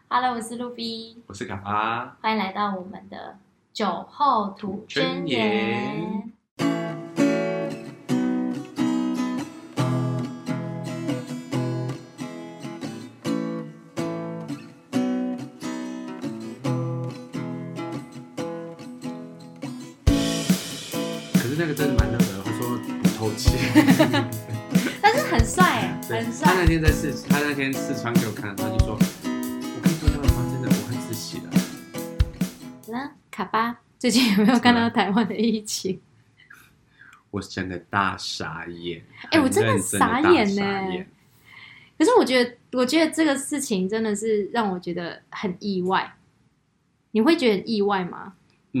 Hello， 我是露比， 我是卡巴， 欢迎来到我们的酒后吐真言。 可是那个真的蛮热的，他说透气， 但是很帅耶，很帅。 他那天试穿给我看，他就说：“我跟你说，那个花真的我很仔细的。” 那卡巴最近有没有看到台湾的疫情？ 我真的大傻眼， 我真的傻眼呢。可是我觉得这个事情真的是让我觉得很意外。你会觉得很意外吗？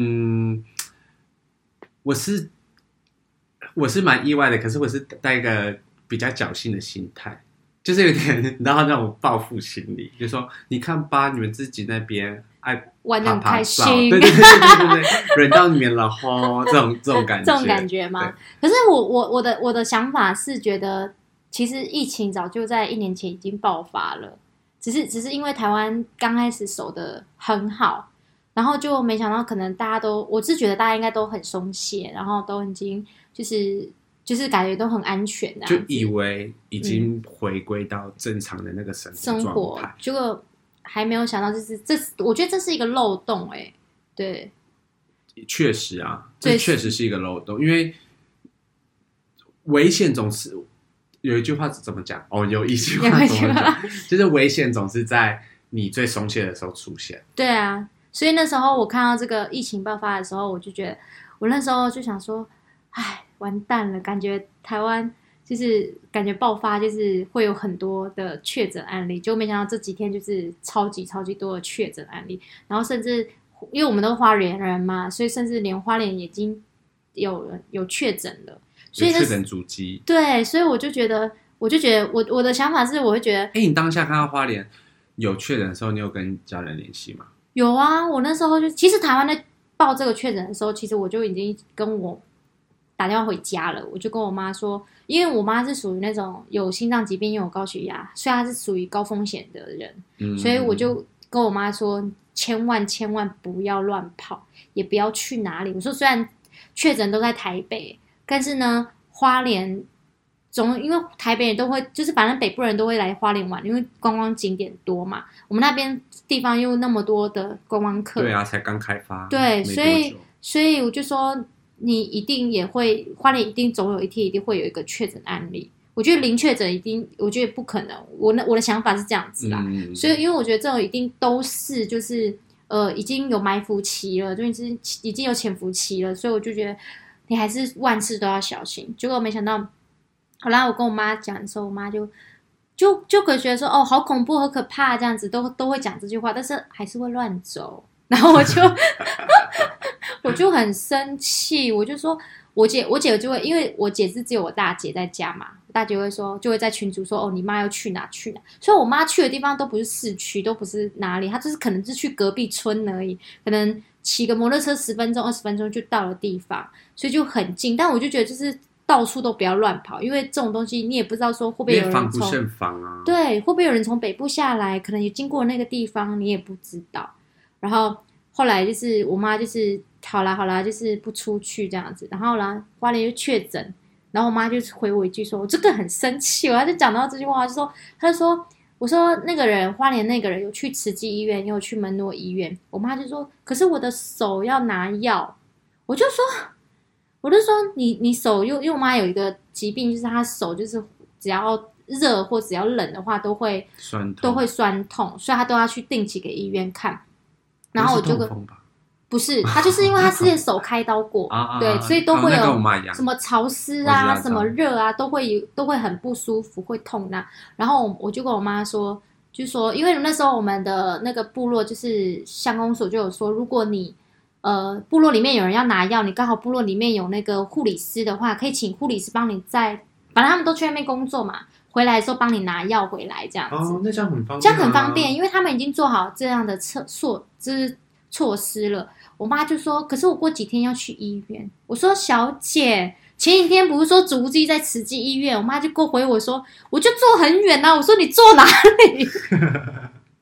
我是蛮意外的，可是我是带一个比较侥幸的心态，就是有点你知道那种报复心理，就是说你看吧，你们自己那边爱玩得很开心， 对，轮到你们了吼，这种感觉， 这种感觉吗？可是我的想法是觉得，其实疫情早就在1年前已经爆发了，只是因为台湾刚开始守得很好。然后就没想到，可能大家都，我是觉得大家应该都很松懈，然后都已经就是感觉都很安全的， 就以为已经回归到正常的那个生活，结果还没有想到，我觉得这是一个漏洞，对， 确实啊，这确实是一个漏洞，因为危险总是有一句话怎么讲？有一句话怎么讲？就是危险总是在你最松懈的时候出现。 对啊。所以那时候我看到这个疫情爆发的时候，我就觉得，我那时候就想说，哎，完蛋了，感觉台湾就是感觉爆发，就是会有很多的确诊案例，就没想到这几天就是超级多的确诊案例，然后甚至因为我们都花莲人嘛，所以甚至连花莲已经有确诊了，所以有确诊足迹。 对，所以我就觉得我的想法是，我会觉得， 你当下看到花莲有确诊的时候，你有跟家人联系吗？ 有啊，我那时候其实台湾在报这个确诊的时候，其实我就已经跟我打电话回家了。我就跟我妈说，因为我妈是属于那种有心脏疾病又有高血压，所以她是属于高风险的人，所以我就跟我妈说，千万不要乱跑，也不要去哪里。我说虽然确诊都在台北，但是呢，花莲因为台北人都会，就是反正北部人都会来花莲玩，因为观光景点多嘛。我们那边地方又那么多的观光客， 对啊，才刚开发， 对，所以我就说，你一定也会，花莲一定总有一天一定会有一个确诊案例。我觉得零确诊我觉得不可能。我的想法是这样子啦，所以因为我觉得这种一定都是就是已经有埋伏期了，就已经有潜伏期了，所以我就觉得你还是万事都要小心。结果没想到。好啦，我跟我妈讲的时候，我妈就会觉得说，好恐怖，好可怕，这样子都会讲这句话，但是还是会乱走。然后我就很生气，我就说，我姐就会，因为我姐是只有我大姐在家嘛，大姐会说，就会在群组说，你妈要去哪，所以我妈去的地方都不是市区，都不是哪里，她就是可能是去隔壁村而已，可能骑个摩托车10分钟、20分钟就到了地方，所以就很近。但我就觉得就是到处都不要乱跑，因为这种东西你也不知道说会不会有人防不胜防啊。 对，会不会有人从北部下来，可能也经过那个地方，你也不知道。然后后来就是我妈就是好啦，就是不出去这样子。然后啦，花莲就确诊，然后我妈就回我一句说，我这个很生气，她就讲到这句话，她就说，我说那个人花莲那个人有去慈济医院，也有去门诺医院，我妈就说，可是我的手要拿药，我就说你手因为我妈有一个疾病，就是她手就是只要热或只要冷的话都会酸痛，所以她都要去定期给医院看。然后我就不是，她就是因为她之前手开刀过对，所以都会有什么潮湿啊、什么热啊，都会很不舒服，会痛啊。然后我就跟我妈说，就是说，因为那时候我们的那个部落就是乡公所就有说，如果你部落里面有人要拿药，你刚好部落里面有那个护理师的话，可以请护理师帮你反正他们都去那边工作嘛，回来的时候帮你拿药回来这样子。 那这样很方便， 这样很方便，因为他们已经做好这样的措施了。我妈就说，可是我过几天要去医院。我说小姐，前几天不是说足迹在慈济医院，我妈就回我说，我就坐很远啊。我说你坐哪里？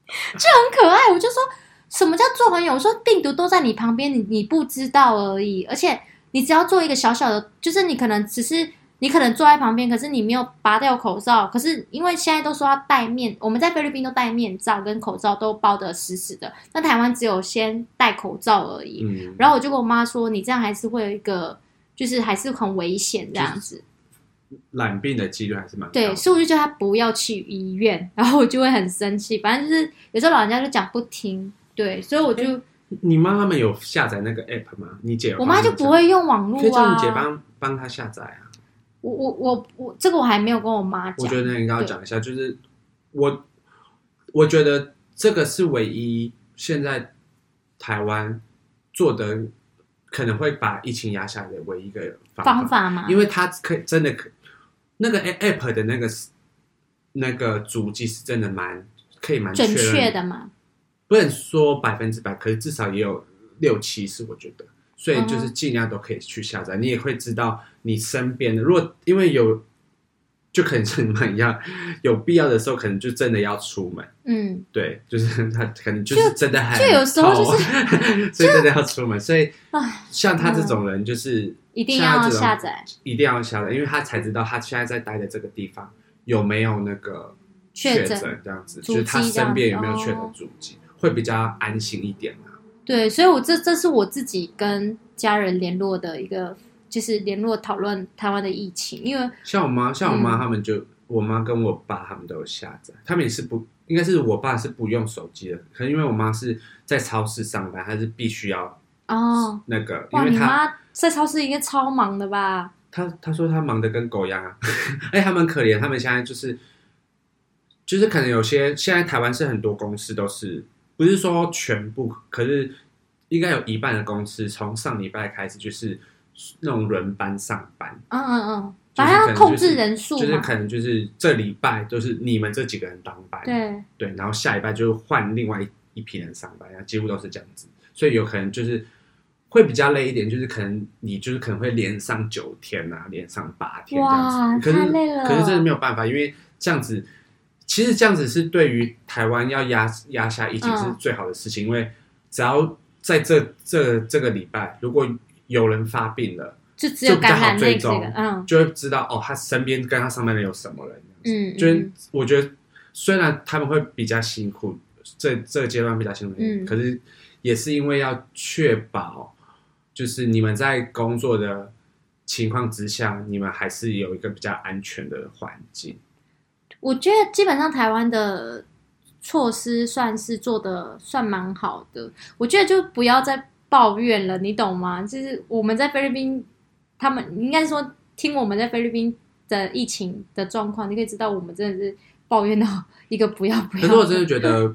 很可爱。我就说什么叫做朋友？我说病毒都在你旁边，你不知道而已。而且你只要做一个小小的，就是你可能坐在旁边，可是你没有拔掉口罩。可是因为现在都说要戴面，我们在菲律宾都戴面罩跟口罩都包得死死的，那台湾只有先戴口罩而已。然后我就跟我妈说，你这样还是会有一个，就是还是很危险这样子。 染病的几率还是蛮高的。 对，所以我就叫他不要去医院，然后我就会很生气。反正就是有时候老人家就讲不听，对，所以我就。 你妈他们有下载那个 app 吗？你姐有？ 我妈就不会用网络啊。 可以叫你姐帮她下载啊。 我这个我还没有跟我妈讲。 我觉得你应该要讲一下，就是我觉得这个是唯一现在台湾做的可能会把疫情压下来的唯一一个方法嘛， 因为它真的那个 app 的那个足迹是真的可以蛮准确的嘛。 不能说100%，可是至少也有6-7是我觉得，所以就是尽量都可以去下载，你也会知道你身边的，如果因为就可能像你们一样，有必要的时候可能就真的要出门，对，就是他可能就是真的很就有时候就是， 所以真的要出门，所以像他这种人就是一定要下载， 因为他才知道他现在在待的这个地方有没有那个确诊这样子，就是他身边有没有确诊足迹。会比较安心一点啊。 对，所以这是我自己跟家人联络的一个，就是联络讨论台湾的疫情。因为像我妈他们我妈跟我爸他们都有下载，他们也是应该是我爸是不用手机的，可能因为我妈是在超市上班，她是必须要那个。因为你妈在超市应该超忙的吧？ 她说她忙得跟狗一样啊，他们可怜，他们现在就是可能有些现在台湾是很多公司都是。不是说全部，可是应该有一半的公司从上礼拜开始就是那种轮班上班。 反正要控制人数嘛， 就是可能就是这礼拜都是你们这几个人当班，对，然后下礼拜就换另外一批人上班，几乎都是这样子，所以有可能就是会比较累一点，就是可能你就是可能会连上9天啊，连上8天这样子， 太累了。 可是真的没有办法，因为这样子。其实这样子是对于台湾要压下疫情是最好的事情，因为只要在这个礼拜，如果有人发病了， 就只有感染那个，就会知道他身边跟他上班的有什么人，就是我觉得虽然他们会比较辛苦，这个阶段比较辛苦，可是也是因为要确保，就是你们在工作的情况之下，你们还是有一个比较安全的环境。 我觉得基本上台湾的措施算是做的算蛮好的，我觉得就不要再抱怨了，你懂吗？就是我们在菲律宾，他们应该说听我们在菲律宾的疫情的状况，你可以知道我们真的是抱怨到一个不要。可是我真的觉得，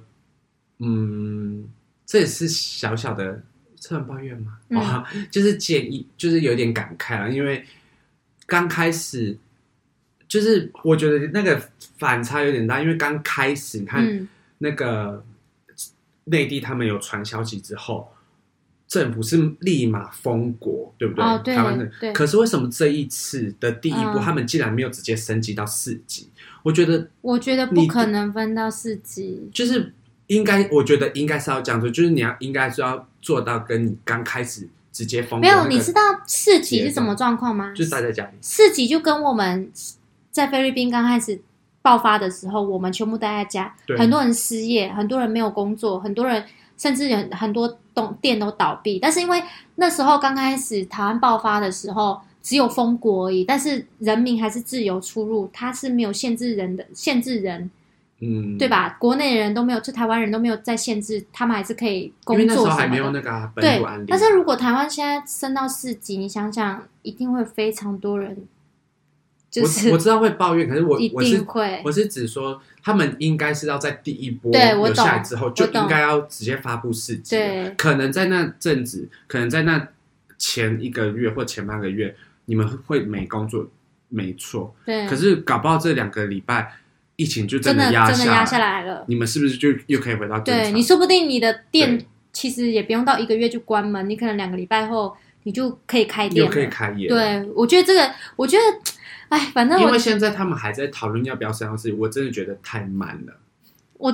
这也是小小的，算抱怨吗？就是建议，就是有点感慨啦，因为刚开始。就是我觉得那个反差有点大，因为刚开始你看那个内地他们有传消息之后，政府是立马封国，对不对？ 对， 台湾的。可是为什么这一次的第一步，他们竟然没有直接升级到4级？我觉得不可能分到4级， 就是我觉得应该是要这样做，就是你应该是要做到跟你刚开始直接封国。 没有，你知道4级是什么状况吗？ 就是待在家里。 4级就跟我们。在菲律宾刚开始爆发的时候，我们全部待在家，很多人失业，很多人没有工作，很多人甚至很多店都倒闭。但是因为那时候刚开始台湾爆发的时候，只有封国而已，但是人民还是自由出入，它是没有限制人，对吧？国内人都没有，就台湾人都没有在限制，他们还是可以工作什么的。因为那时候还没有那个本土案例。 但是如果台湾现在升到4级，你想想，一定会非常多人。 我知道会抱怨，可是我是指说，他们应该是要在第一波有下来之后，就应该要直接发布4级。可能在那阵子，可能在那前1个月或前半个月，你们会没工作，没错。可是搞不好这2个礼拜，疫情就真的压下来了。 你们是不是就又可以回到正常？ 对，你说不定你的店其实也不用到1个月就关门，你可能2个礼拜后你就可以开店了， 又可以开业。 对，我觉得。反正因为现在他们还在讨论要不要升到4级，我真的觉得太慢了。 我觉得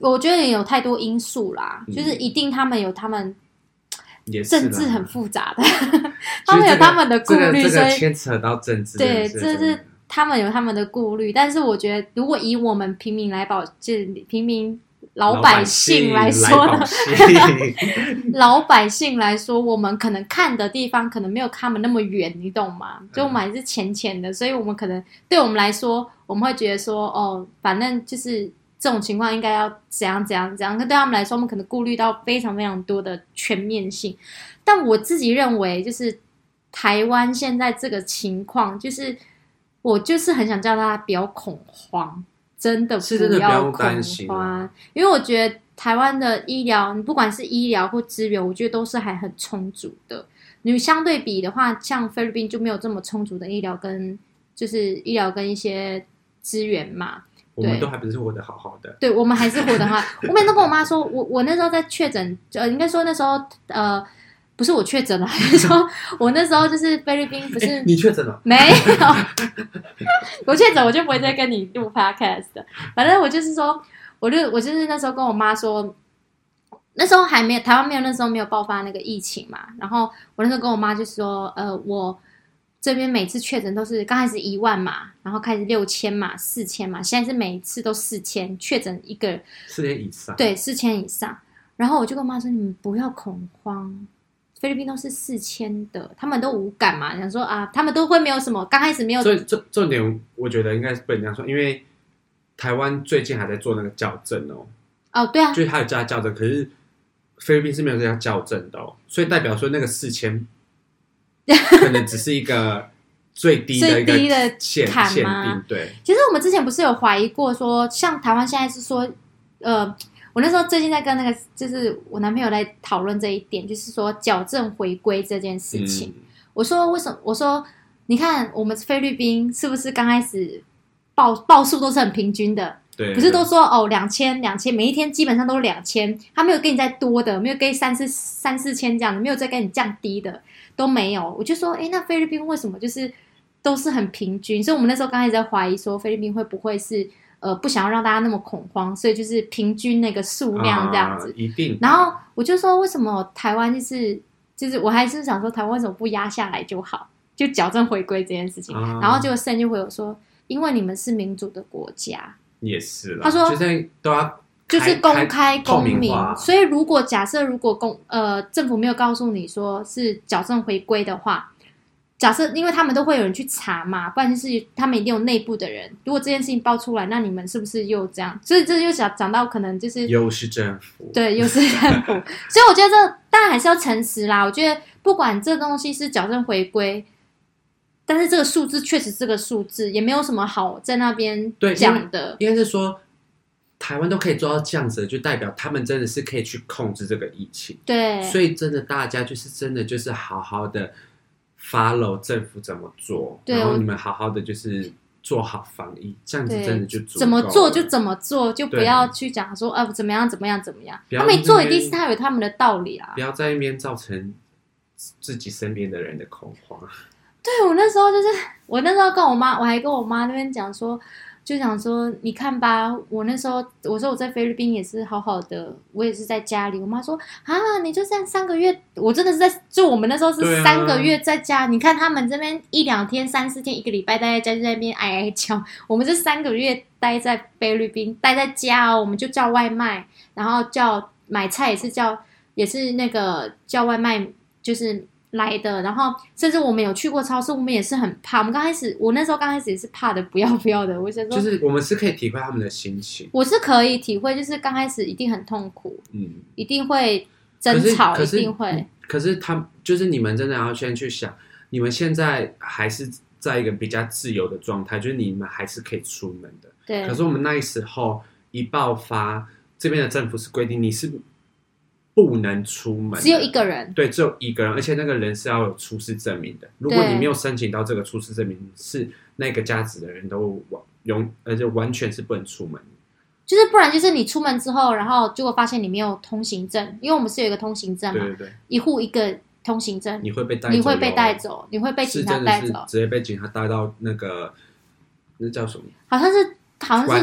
我觉得也有太多因素啦，就是一定他们有他们政治很复杂的，他们有他们的顾虑， 这个牵扯到政治， 对，这是他们有他们的顾虑。但是我觉得，如果以我们平民就是平民老百姓来说呢，老百姓来说，我们可能看的地方可能没有他们那么远，你懂吗？就我们还是浅浅的，所以我们可能对我们来说，我们会觉得说，哦，反正就是这种情况应该要怎样怎样怎样。可对他们来说，我们可能顾虑到非常非常多的全面性。但我自己认为，就是台湾现在这个情况，就是我就是很想叫大家不要恐慌。真的不要恐慌，因为我觉得台湾的医疗，不管是医疗或资源，我觉得都是还很充足的。你相对比的话，像菲律宾就没有这么充足的医疗跟一些资源嘛。 我们都还不是活得好好的。 对，我们还是活得好。我每次都跟我妈说，我那时候在确诊，应该说那时候不是我确诊了，还是说我那时候就是菲律宾不是你确诊了？ 没有，我确诊我就不会再跟你录 podcast 的。反正我就是说，我就是那时候跟我妈说，那时候台湾没有那时候没有爆发那个疫情嘛。然后我那时候跟我妈就说，我这边每次确诊都是刚开始1万嘛，然后开始6000嘛、4000嘛，现在是每一次都4000确诊一个 4000以上， 对，4000以上。然后我就跟我妈说，你们不要恐慌。菲律宾都是4000的，他们都无感嘛，想说啊，他们都会没有什么，刚开始没有。 所以重点，我觉得应该是不能这样说，因为台湾最近还在做那个校正哦。 哦，对啊， 就是他有加校正，可是菲律宾是没有这样校正的哦，所以代表说那个4000可能只是一个最低的一个限定。对， 其实我们之前不是有怀疑过说，像台湾现在是说，我那时候最近在跟那个就是我男朋友在讨论这一点，就是说矫正回归这件事情。我说为什么？我说你看我们菲律宾是不是刚开始报数都是很平均的？ 对， 不是都说哦2000，每一天基本上都是2000，他没有给你再多的，没有给3-4千这样的，没有再给你降低的都没有。我就说，那菲律宾为什么就是都是很平均？所以我们那时候刚开始在怀疑说，菲律宾会不会是不想要让大家那么恐慌，所以就是平均那个数量这样子。 一定。 然后我就说，为什么台湾就是我还是想说，台湾为什么不压下来就好，就矫正回归这件事情。然后结果圣就回我说，因为你们是民主的国家。 也是啦， 他说就是都要就是公开公民，所以假设政府没有告诉你说是矫正回归的话，假设因为他们都会有人去查嘛，不然就是他们一定有内部的人。如果这件事情爆出来，那你们是不是又这样？所以这又讲到可能就是又是政府， 对，又是政府。所以我觉得这当然还是要诚实啦。我觉得不管这东西是矫正回归。但是这个数字确实是这个数字，也没有什么好在那边讲的。 应该是说，台湾都可以做到这样子，就代表他们真的是可以去控制这个疫情。 对， 所以真的大家就是真的就是好好的 follow 政府怎么做，然后你们好好的就是做好防疫，这样子真的就足够了。 怎么做就怎么做，就不要去讲说怎么样怎么样怎么样。他们做一定是他有他们的道理啦， 不要在那边造成自己身边的人的恐慌。 对，我那时候跟我妈，我还跟我妈那边讲说，就想说，你看吧，我那时候我说我在菲律宾也是好好的，我也是在家里。我妈说啊，你就这样3个月，我真的是就我们那时候是3个月在家。你看他们这边1-2天、3-4天、1个礼拜待在家就在那边哀哀叫，我们这3个月待在菲律宾，待在家哦，我们就叫外卖，然后买菜也是那个叫外卖，就是来的。然后甚至我们有去过超市，我们也是很怕。我那时候刚开始也是怕的不要的。我想说， 就是我们是可以体会他们的心情， 我是可以体会，就是刚开始一定很痛苦，一定会争吵，一定会。 可是就是你们真的要先去想，你们现在还是在一个比较自由的状态，就是你们还是可以出门的。 对。 可是我们那时候一爆发，这边的政府是规定你是不能出门， 只有一个人。 对，只有一个人，而且那个人是要有出示证明的。如果你没有申请到这个出示证明，是那个家子的人都而且完全是不能出门。 就是不然就是你出门之后，然后结果发现你没有通行证，因为我们是有一个通行证嘛， 对， 一户一个通行证， 你会被带走， 你会被警察带走， 直接被警察带到那叫什么？ 好像是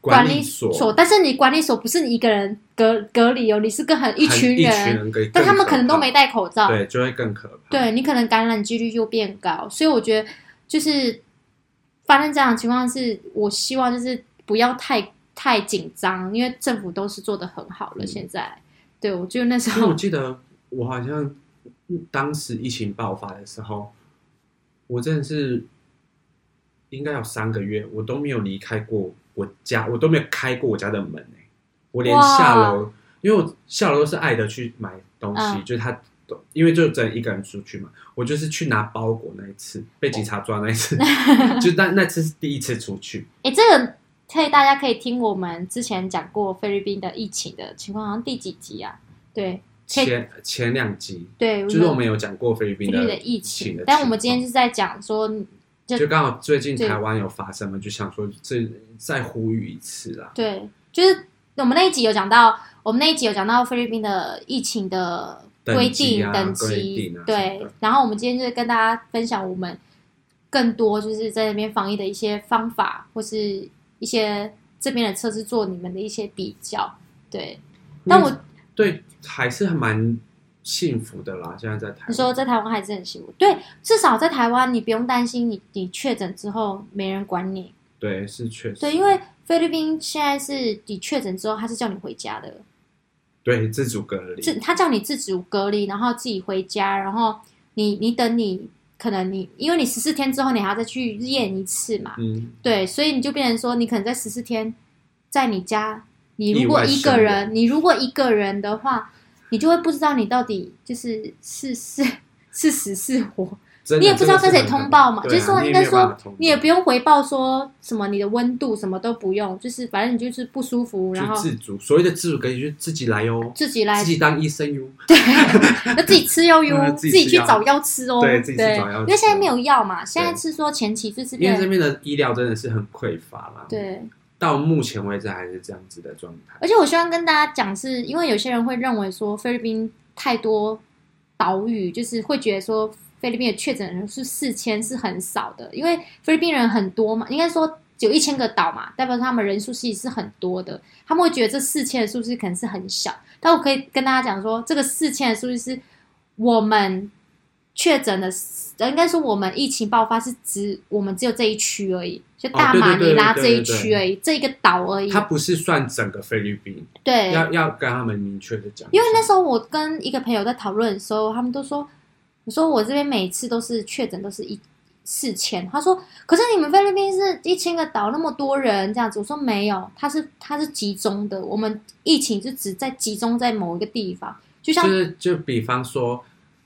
管理所， 但是你管理所不是你一个人隔离哦，你是跟一群人，但他们可能都没戴口罩， 对，就会更可怕。 对，你可能感染几率就变高，所以我觉得就是发生这样的情况是，我希望就是不要太紧张，因为政府都是做得很好了。现在，对，我就那时候， 因为我记得我好像当时疫情爆发的时候，我真的是应该有3个月，我都没有离开过我家，我都没有开过我家的门我连下楼，因为我下楼都是爱的去买东西，就是他。因为就只能一个人出去嘛，我就是去拿包裹那一次被警察抓那一次，就那次是第一次出去。 这个大家可以听我们之前讲过菲律宾的疫情的情况，好像第几集啊？对， 前2集， 对， 就是我们有讲过菲律宾的疫情，但我们今天是在讲说， 就刚好最近台湾有发生嘛，就想说这再呼吁一次啦。 对，就是我们那一集有讲到菲律宾的疫情的规定等级，对。然后我们今天就是跟大家分享我们更多就是在那边防疫的一些方法，或是一些这边的测试做你们的一些比较，对。但我对还是蛮幸福的啦，现在在台湾。 你说在台湾还是很幸福，对，至少在台湾你不用担心你确诊之后没人管你， 对，是确实， 对，因为菲律宾现在是你确诊之后，他是叫你回家的。 对，自主隔离， 他叫你自主隔离，然后自己回家，然后你等你可能因为你14天之后你还要再去验一次嘛，对，所以你就变成说你可能在14天在你家，你如果一个人的话，你就会不知道你到底就是是死是活。你也不知道跟谁通报嘛，就是说应该说你也不用回报说什么你的温度什么都不用，就是反正你就是不舒服，然后自主，所谓的自主隔离就是自己来哦， 自己来， 自己当医生哟， 对，那自己吃药哟，自己去找药吃哦， 对，自己去找药吃， 因为现在没有药嘛，现在是说前期就是因为这边的医疗真的是很匮乏啦， 对， 到目前为止还是这样子的状态。 而且我希望跟大家讲，是因为有些人会认为说菲律宾太多岛屿，就是会觉得说菲律宾的确诊人数4000是很少的，因为菲律宾人很多嘛，应该说有1000个岛嘛，代表他们人数其实是很多的，他们会觉得这4000的数字可能是很小，但我可以跟大家讲说，这个4000的数字是我们确诊的，应该说我们疫情爆发是指我们只有这一区而已，就大马尼拉这一区而已，这一个岛而已， 它不是算整个菲律宾， 对， 要跟他们明确的讲， 因为那时候我跟一个朋友在讨论的时候，他们都说。我说我这边每次都是确诊都是4000，他说可是你们菲律宾是1000个岛那么多人这样子，我说没有，它是集中的，我们疫情是只在集中在某一个地方，就像就比方说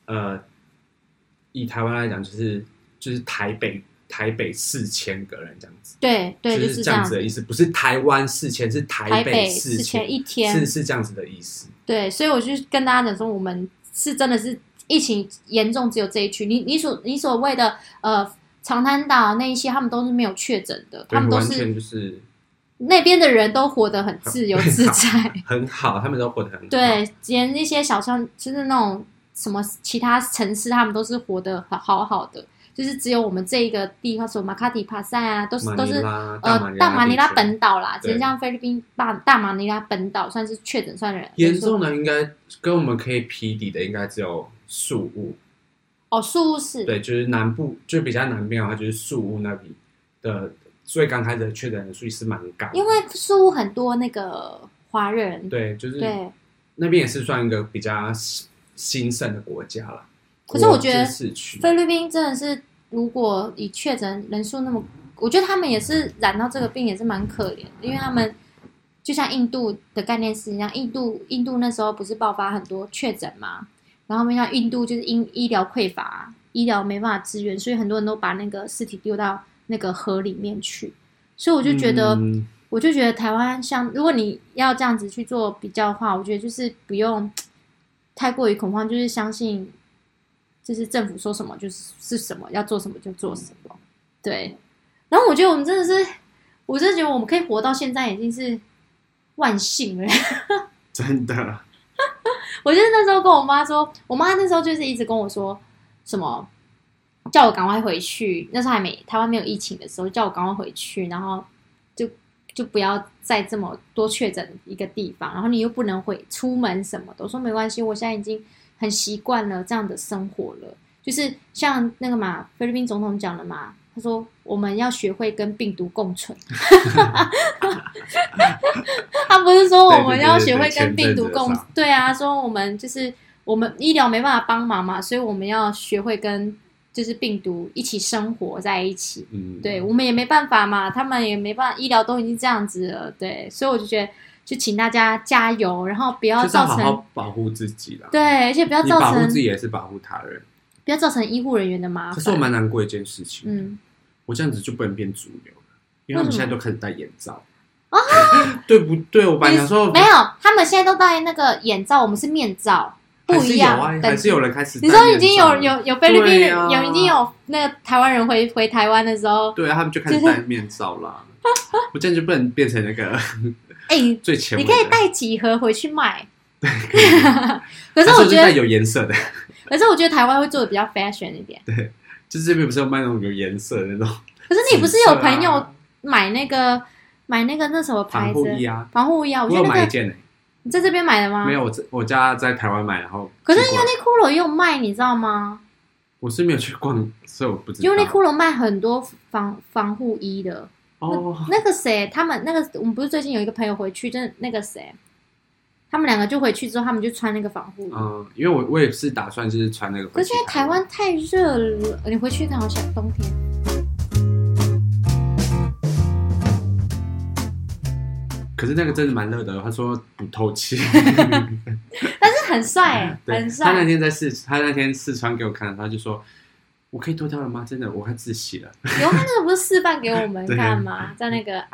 以台湾来讲就是台北4000个人这样子， 对， 就是这样子的意思，不是台湾4000，是台北4000 一天， 是这样子的意思， 对，所以我就跟大家讲说，我们是真的是。疫情严重只有这一区，你所谓的长滩岛那一些，他们都是没有确诊的，他们都是完全就是那边的人都活得很自由自在， 很好，他们都活得很好。 对，连一些小乡，就是那种什么其他城市，他们都是活得好好的，就是只有我们这一个地方，什么马卡迪帕塞啊，都是大马尼拉本岛啦，只是像菲律宾大马尼拉本岛算是确诊算人严重的，应该跟我们可以匹敌的，应该只有。宿务宿务是对，就是南部，就比较南边的话，就是宿务那里的最刚开始的确诊人数是蛮高的， 因为宿务很多那个华人， 对，就是对那边也是算一个比较兴盛的国家啦。 可是我觉得菲律宾真的是，如果以确诊人数那么，我觉得他们也是染到这个病也是蛮可怜的，因为他们就像印度的概念是一样，印度那时候不是爆发很多确诊吗？然后像印度就是因医疗匮乏，医疗没办法支援，所以很多人都把那个尸体丢到那个河里面去。所以我就觉得，台湾像如果你要这样子去做比较的话，我觉得就是不用太过于恐慌，就是相信，就是政府说什么就是什么，要做什么就做什么。对。然后我觉得我们真的是，我真的觉得我们可以活到现在已经是万幸了。 真的。 我就是那时候跟我妈说，我妈那时候就是一直跟我说什么，叫我赶快回去。那时候台湾没有疫情的时候，叫我赶快回去，然后就就不要在这么多确诊的一个地方，然后你又不能出门什么的。我说没关系，我现在已经很习惯了这样的生活了。就是像那个嘛，菲律宾总统讲的嘛，他说我们要学会跟病毒共存。他不是说我们要学会跟病毒共，对啊，说我们就是我们医疗没办法帮忙嘛，所以我们要学会跟就是病毒一起生活在一起。对，我们也没办法嘛，他们也没办法，医疗都已经这样子了，对，所以我就觉得，就请大家加油，然后不要造成， 就是好好保护自己啦。 对，而且不要造成， 你保护自己也是保护他人， 不要造成医护人员的麻烦。 可是我蛮难过一件事情，我这样子就不能变主流了，因为他们现在都开始戴眼罩。啊，对不对？我本来想说没有，他们现在都戴那个眼罩，我们是面罩。不一样， 还是有人开始。 你说已经有菲律宾人，已经有那个台湾人回台湾的时候， 对啊，他们就开始戴面罩啦。我这样就不能变成那个最前卫的。 你可以带几盒回去卖。 对， 可是我觉得有颜色的。 可是我觉得台湾会做的比较 fashion 一点。 对，就是这边不是有卖那种有颜色的那种。 可是你不是有朋友买那个那什么牌子？ 防护衣啊， 防护衣啊， 我有买一件。 你在这边买的吗？ 没有，我家在台湾买，然后可是 Uniqlo 也有卖，你知道吗？ 我是没有去逛，所以我不知道。 Uniqlo 卖很多防护衣的。那个谁，他们那个我们不是最近有一个朋友回去，就是那个谁，他们两个就回去之后，他们就穿那个防护衣。 因为我也是打算就是穿那个。 可是现在台湾太热了，你回去刚好想冬天。 可是那个真的蛮热的，他说不透气， 但是很帅很帅。 他那天试穿给我看，他就说：“我可以脱掉了吗？”真的，我快窒息了。 有他那个不是示范给我们看吗？在那个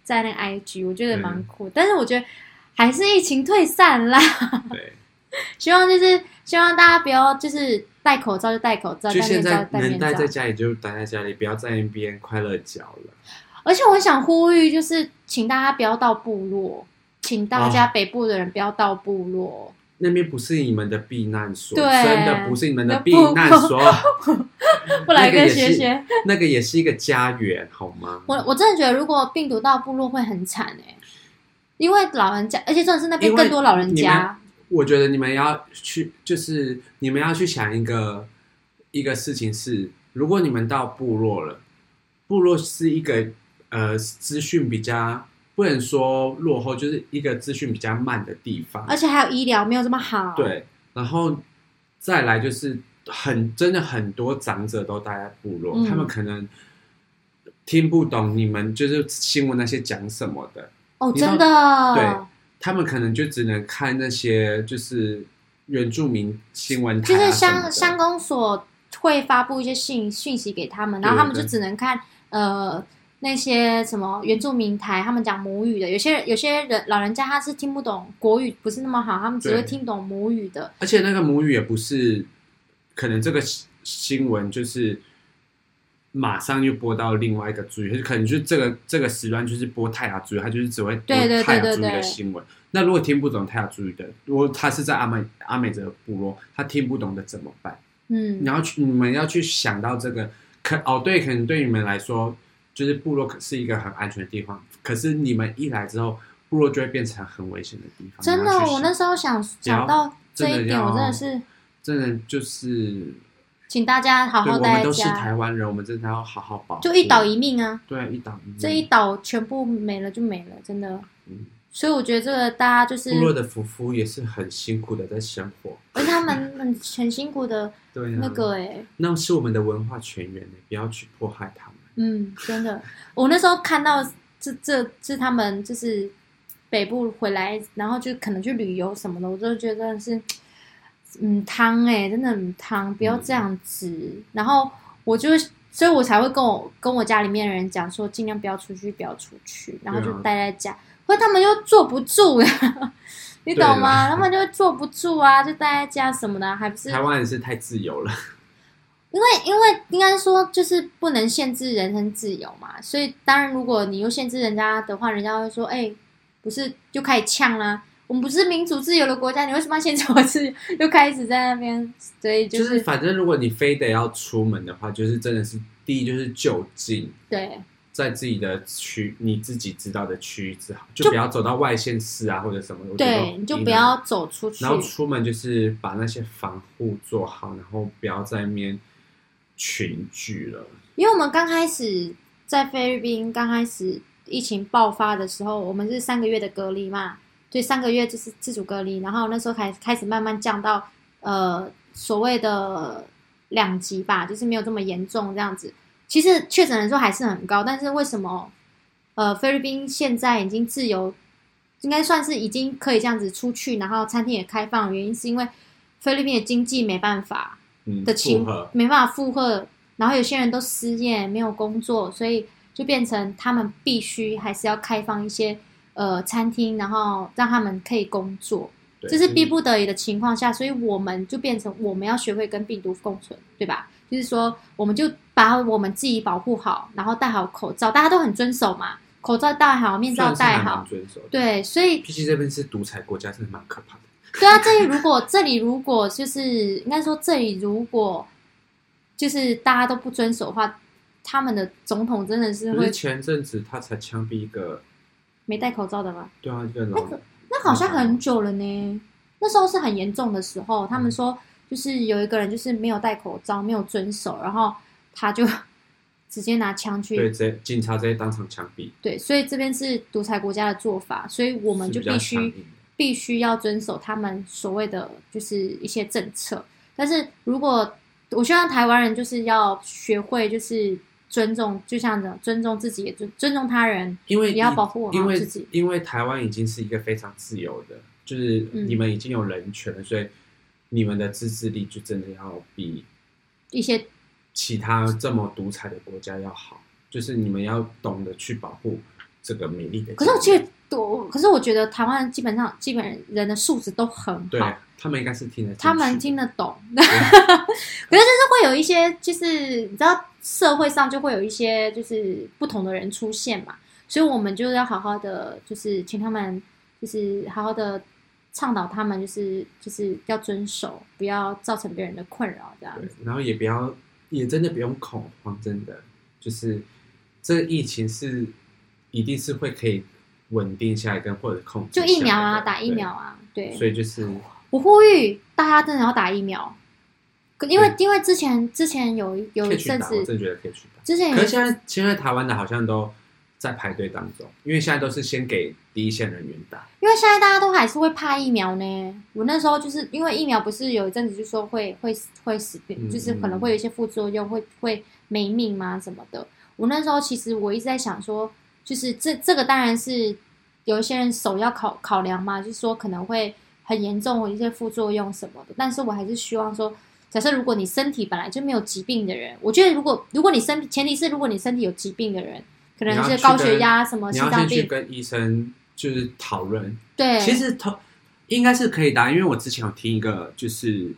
IG， 我觉得蛮酷。但是我觉得还是疫情退散啦。对，希望大家不要就是戴口罩就戴口罩， 就现在能待在家里就待在家里，不要在那边快乐脚了。 而且我很想呼吁，就是请大家不要到部落，请大家北部的人不要到部落。 那边不是你们的避难所， 对， 真的不是你们的避难所。 不来跟学学， 那个也是一个家园，好吗？ 我真的觉得，如果病毒到部落会很惨因为老人家，而且真的是那边更多老人家。 我觉得你们要去，就是你们要去想一个事情是，如果你们到部落了，部落是一个资讯比较不能说落后，就是一个资讯比较慢的地方， 而且还有医疗没有这么好。 对，然后再来就是真的很多长者都待在部落，他们可能听不懂你们就是新闻那些讲什么的。 真的。 对，他们可能就只能看那些就是原住民新闻台就是乡公所会发布一些讯息给他们，然后他们就只能看那些什么原住民台，他们讲母语的，有些人老人家他是听不懂国语，不是那么好，他们只会听懂母语的。 而且那个母语也不是，可能这个新闻就是马上就播到另外一个族语，可能就这个时段就是播泰雅族语，他就是只会播泰雅族语的新闻。那如果听不懂泰雅族语的，如果他是在阿美族部落，他听不懂的怎么办？你们要去想到这个，对，可能对你们来说。就是部落是一个很安全的地方，可是你们一来之后，部落就会变成很危险的地方。 真的，我那时候想到这一点，我真的就是请大家好好待在家。 我们都是台湾人，我们真的要好好保护。 就一岛一命啊！ 对，一岛一命。 这一岛全部没了就没了，真的。所以我觉得这个大家就是部落的夫妇也是很辛苦的在生活， 而且他们很辛苦的那个那是我们的文化泉源不要去迫害他们。 真的，我那时候看到这他们就是北部回来，然后就可能去旅游什么的，我就觉得是汤真的汤，不要这样子。然后所以我才会跟我家里面的人讲说，尽量不要出去，然后就待在家。或者他们又坐不住你懂吗？他们就坐不住啊，就待在家什么的，还不是台湾人是太自由了。 因为应该说就是不能限制人身自由嘛，所以当然如果你又限制人家的话，人家会说不是就开始呛啦。我们不是民主自由的国家，你为什么要限制我自由？又开始在那边，所以就是反正如果你非得要出门的话，就是真的是第一就是就近， 对， 在自己的你自己知道的区域之好，就不要走到外县市啊或者什么。 对，你就不要走出去。 然后出门就是把那些防护做好，然后不要在那边群聚了。 因为我们刚开始在菲律宾刚开始疫情爆发的时候，我们是3个月的隔离嘛，对，3个月就是自主隔离，然后那时候开始慢慢降到所谓的2级吧，就是没有这么严重这样子。其实确诊人数还是很高，但是为什么菲律宾现在已经自由，应该算是已经可以这样子出去，然后餐厅也开放，原因是因为菲律宾的经济没办法没办法负荷，然后有些人都失业没有工作，所以就变成他们必须还是要开放一些餐厅，然后让他们可以工作。这是逼不得已的情况下，所以我们就变成我们要学会跟病毒共存，对吧？就是说，我们就把我们自己保护好，然后戴好口罩，大家都很遵守嘛，口罩戴好，面罩戴好，对，所以毕竟这边是独裁国家，真的蛮可怕的。 对啊，这里如果就是应该说，这里如果就是大家都不遵守的话，他们的总统真的是会。 可是前阵子他才枪毙一个没戴口罩的吗？ 对啊，一个老那好像很久了呢。那时候是很严重的时候，他们说就是有一个人就是没有戴口罩，没有遵守，然后他就直接拿枪去， 对，警察直接当场枪毙。 对，所以这边是独裁国家的做法，所以我们就必须要遵守他们所谓的就是一些政策。但是如果我希望台湾人就是要学会就是尊重，就像这尊重自己，也尊重他人， 因为也要保护好自己。 因为台湾已经是一个非常自由的，就是你们已经有人权了，所以你们的自制力就真的要比一些其他这么独裁的国家要好。就是你们要懂得去保护这个美丽的。 可是我觉得台湾基本人的素质都很好， 对，他们应该是听得进去， 他们听得懂。可是就是会有一些，就是你知道社会上就会有一些就是不同的人出现嘛，所以我们就要好好的，就是请他们就是好好的倡导他们，就是要遵守，不要造成别人的困扰这样子。 然后也真的不用恐慌，真的就是这个疫情是一定是会可以稳定下来跟或者控制下来的， 就疫苗啊，打疫苗啊，对。 所以就是我呼吁大家真的要打疫苗，因为之前有一阵子， 我真的觉得可以去打。 之前可是现在台湾的好像都在排队当中，因为现在都是先给第一线人员打。 因为现在大家都还是会怕疫苗呢。我那时候就是因为疫苗不是有一阵子就说会死病，就是可能会有一些副作用，会没命吗什么的。我那时候其实我一直在想说，就是这个当然是有一些人首要考量嘛，就是说可能会很严重，有一些副作用什么的。但是我还是希望说，假设如果你身体本来就没有疾病的人，我觉得如果你前提是如果你身体有疾病的人，可能是高血压什么心脏病， 你要先去跟医生就是讨论。 对， 其实应该是可以打，因为我之前有听一个就是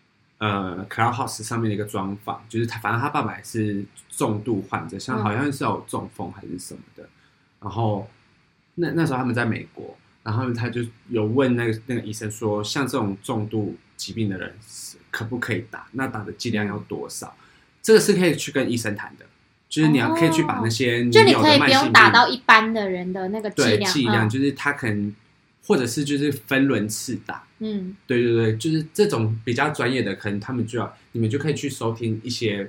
Clubhouse 上面的一个专访，就是反正他爸爸也是重度患者，像好像是有中风还是什么的。然后那时候他们在美国，然后他就有问那个医生说，像这种重度疾病的人可不可以打？那打的剂量要多少？这个是可以去跟医生谈的。就是你可以去把那些就你可以不用打到一般的人的那个剂量， 就是他可能或者是就是分轮次打，对，就是这种比较专业的，可能他们你们就可以去收听一些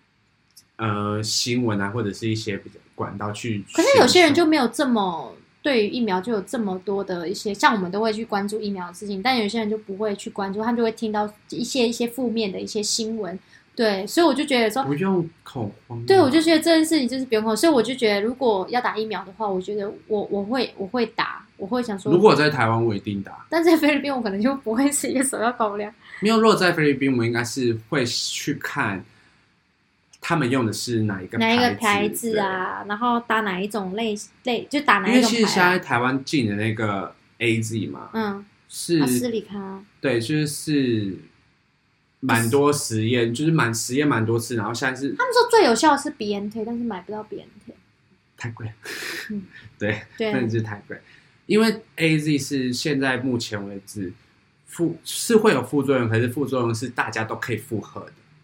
新闻啊，或者是一些比较管道去。 可是有些人就没有这么对于疫苗就有这么多的一些，像我们都会去关注疫苗的事情，但有些人就不会去关注，他们就会听到一些负面的一些新闻。对，所以我就觉得说不用恐慌。 对，我就觉得这件事情就是不用恐慌，所以我就觉得如果要打疫苗的话，我觉得我会打，我会想说， 如果在台湾我一定打， 但在菲律宾我可能就不会是一个首要考量。 没有，如果在菲律宾，我应该是会去看他们用的是哪一个牌子啊，然后打哪一种类就打哪一种牌。 因为其实现在台湾进的那个 AZ 嘛，是斯里康， 对，就是蛮多实验，就是实验蛮多次，然后现在是他们说最有效的是 BNT， 但是买不到 BNT， 太贵了。对，真的是太贵。因为 AZ 是现在目前为止是会有副作用，可是副作用是大家都可以负荷的。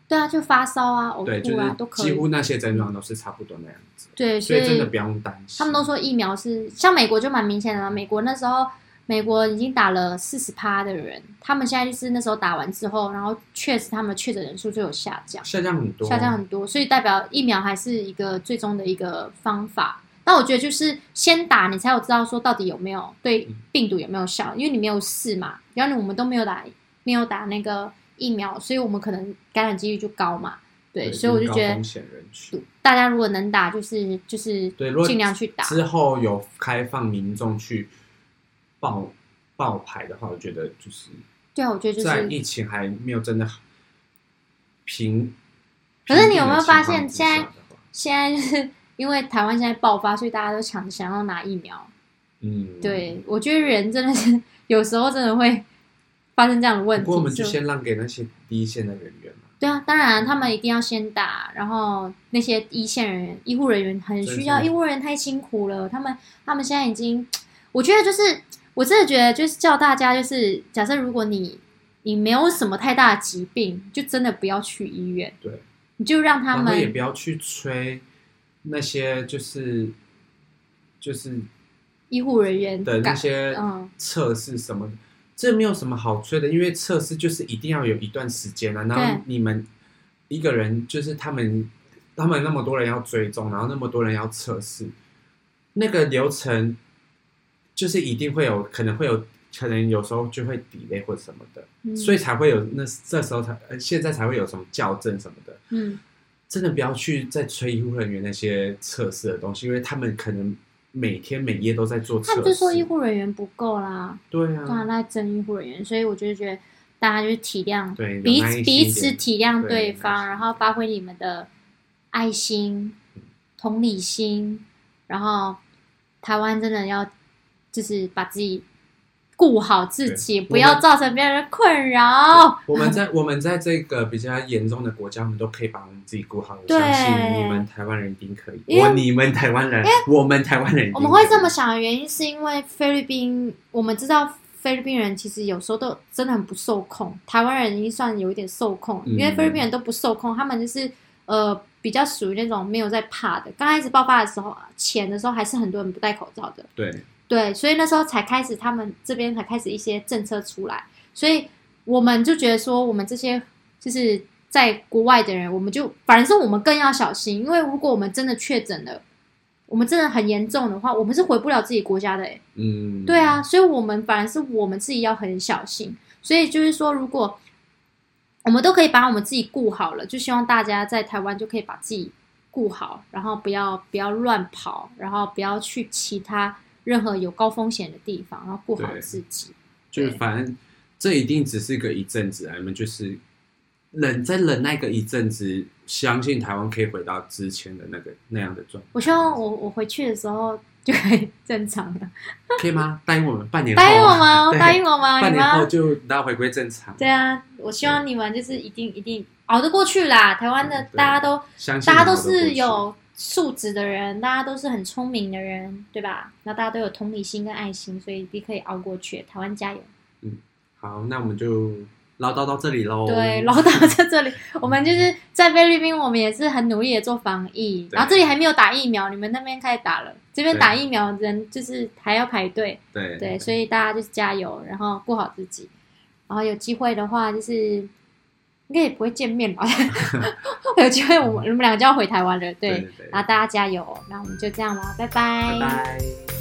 对啊，就发烧啊、呕对， 吐啊、都可以。 几乎那些症状都是差不多那样子。 对， 所以真的不用担心。 他们都说疫苗是像美国就蛮明显的了，美国那时候美国已经打了40%的人，他们现在就是那时候打完之后，然后确实他们的确诊人数就有下降很多，所以代表疫苗还是一个最终的一个方法。那我觉得就是先打，你才有知道说到底有没有对病毒有没有效，因为你没有试嘛，然后我们都没有打那个疫苗，所以我们可能感染几率就高嘛。对，所以我就觉得大家如果能打，就是尽量去打。 之后有开放民众去报牌的话，我觉得就是对啊，我觉得就是在疫情还没有真的平。 可是你有没有发现，现在就是因为台湾现在爆发，所以大家都想要拿疫苗。对，我觉得人真的是有时候真的会发生这样的问题。 不过我们就先让给那些第一线的人员嘛。 对啊，当然他们一定要先打，然后那些一线人员、医护人员很需要，医护人员太辛苦了，他们现在已经，我觉得就是我真的觉得就是叫大家就是假设如果你没有什么太大的疾病，就真的不要去医院， 对， 你就让他们也不要去催那些就是医护人员的那些测试什么的。这没有什么好催的，因为测试就是一定要有一段时间啊。然后你们一个人就是他们那么多人要追踪，然后那么多人要测试，那个流程就是一定会有可能有时候就会 delay 或者什么的，所以才会有这时候现在才会有什么校正什么的。真的不要去再催医护人员那些测试的东西，因为他们可能每天每夜都在做测试， 他们就说医护人员不够啦。 对啊， 他在争医护人员，所以我就觉得大家就是体谅， 彼此体谅对方，然后发挥你们的爱心、同理心，然后台湾真的要就是把自己顾好自己，不要造成别人的困扰。 我们在这个比较严重的国家，我们都可以把我们自己顾好。我相信你们台湾人一定可以。你们台湾人，我们台湾人， 我们会这么想的原因，是因为菲律宾，我们知道菲律宾人其实有时候都真的很不受控，台湾人已经算有一点受控，因为菲律宾人都不受控，他们就是比较属于那种没有在怕的。刚开始爆发的时候，前的时候还是很多人不戴口罩的。对，所以那时候才开始，他们这边才开始一些政策出来，所以我们就觉得说，我们这些就是在国外的人，我们就反而是我们更要小心，因为如果我们真的确诊了，我们真的很严重的话，我们是回不了自己国家的。对啊，所以我们反而是我们自己要很小心。所以就是说，如果我们都可以把我们自己顾好了，就希望大家在台湾就可以把自己顾好，然后不要乱跑，然后不要去其他任何有高风险的地方，然后顾好自己。 就是反正这一定只是个一阵子，你们就是再忍耐个一阵子，相信台湾可以回到之前的那样的状态。 我希望我回去的时候就可以正常了， 可以吗？答应我们半年后， 答应我吗？ 半年后就大家回归正常。 对啊，我希望你们就是一定熬得过去啦。台湾的大家都是有素质的人，大家都是很聪明的人，对吧？然后大家都有同理心跟爱心，所以你可以熬过去。台湾加油！ 好，那我们就唠叨到这里喽。 对，唠叨在这里。我们就是在菲律宾，我们也是很努力的做防疫。然后这里还没有打疫苗，你们那边开始打了，这边打疫苗人就是还要排队。对，所以大家就是加油，然后顾好自己。然后有机会的话，就是应该也不会见面吧？有机会我们两个就要回台湾了。对，然后大家加油。那我们就这样吧，拜拜。 拜拜。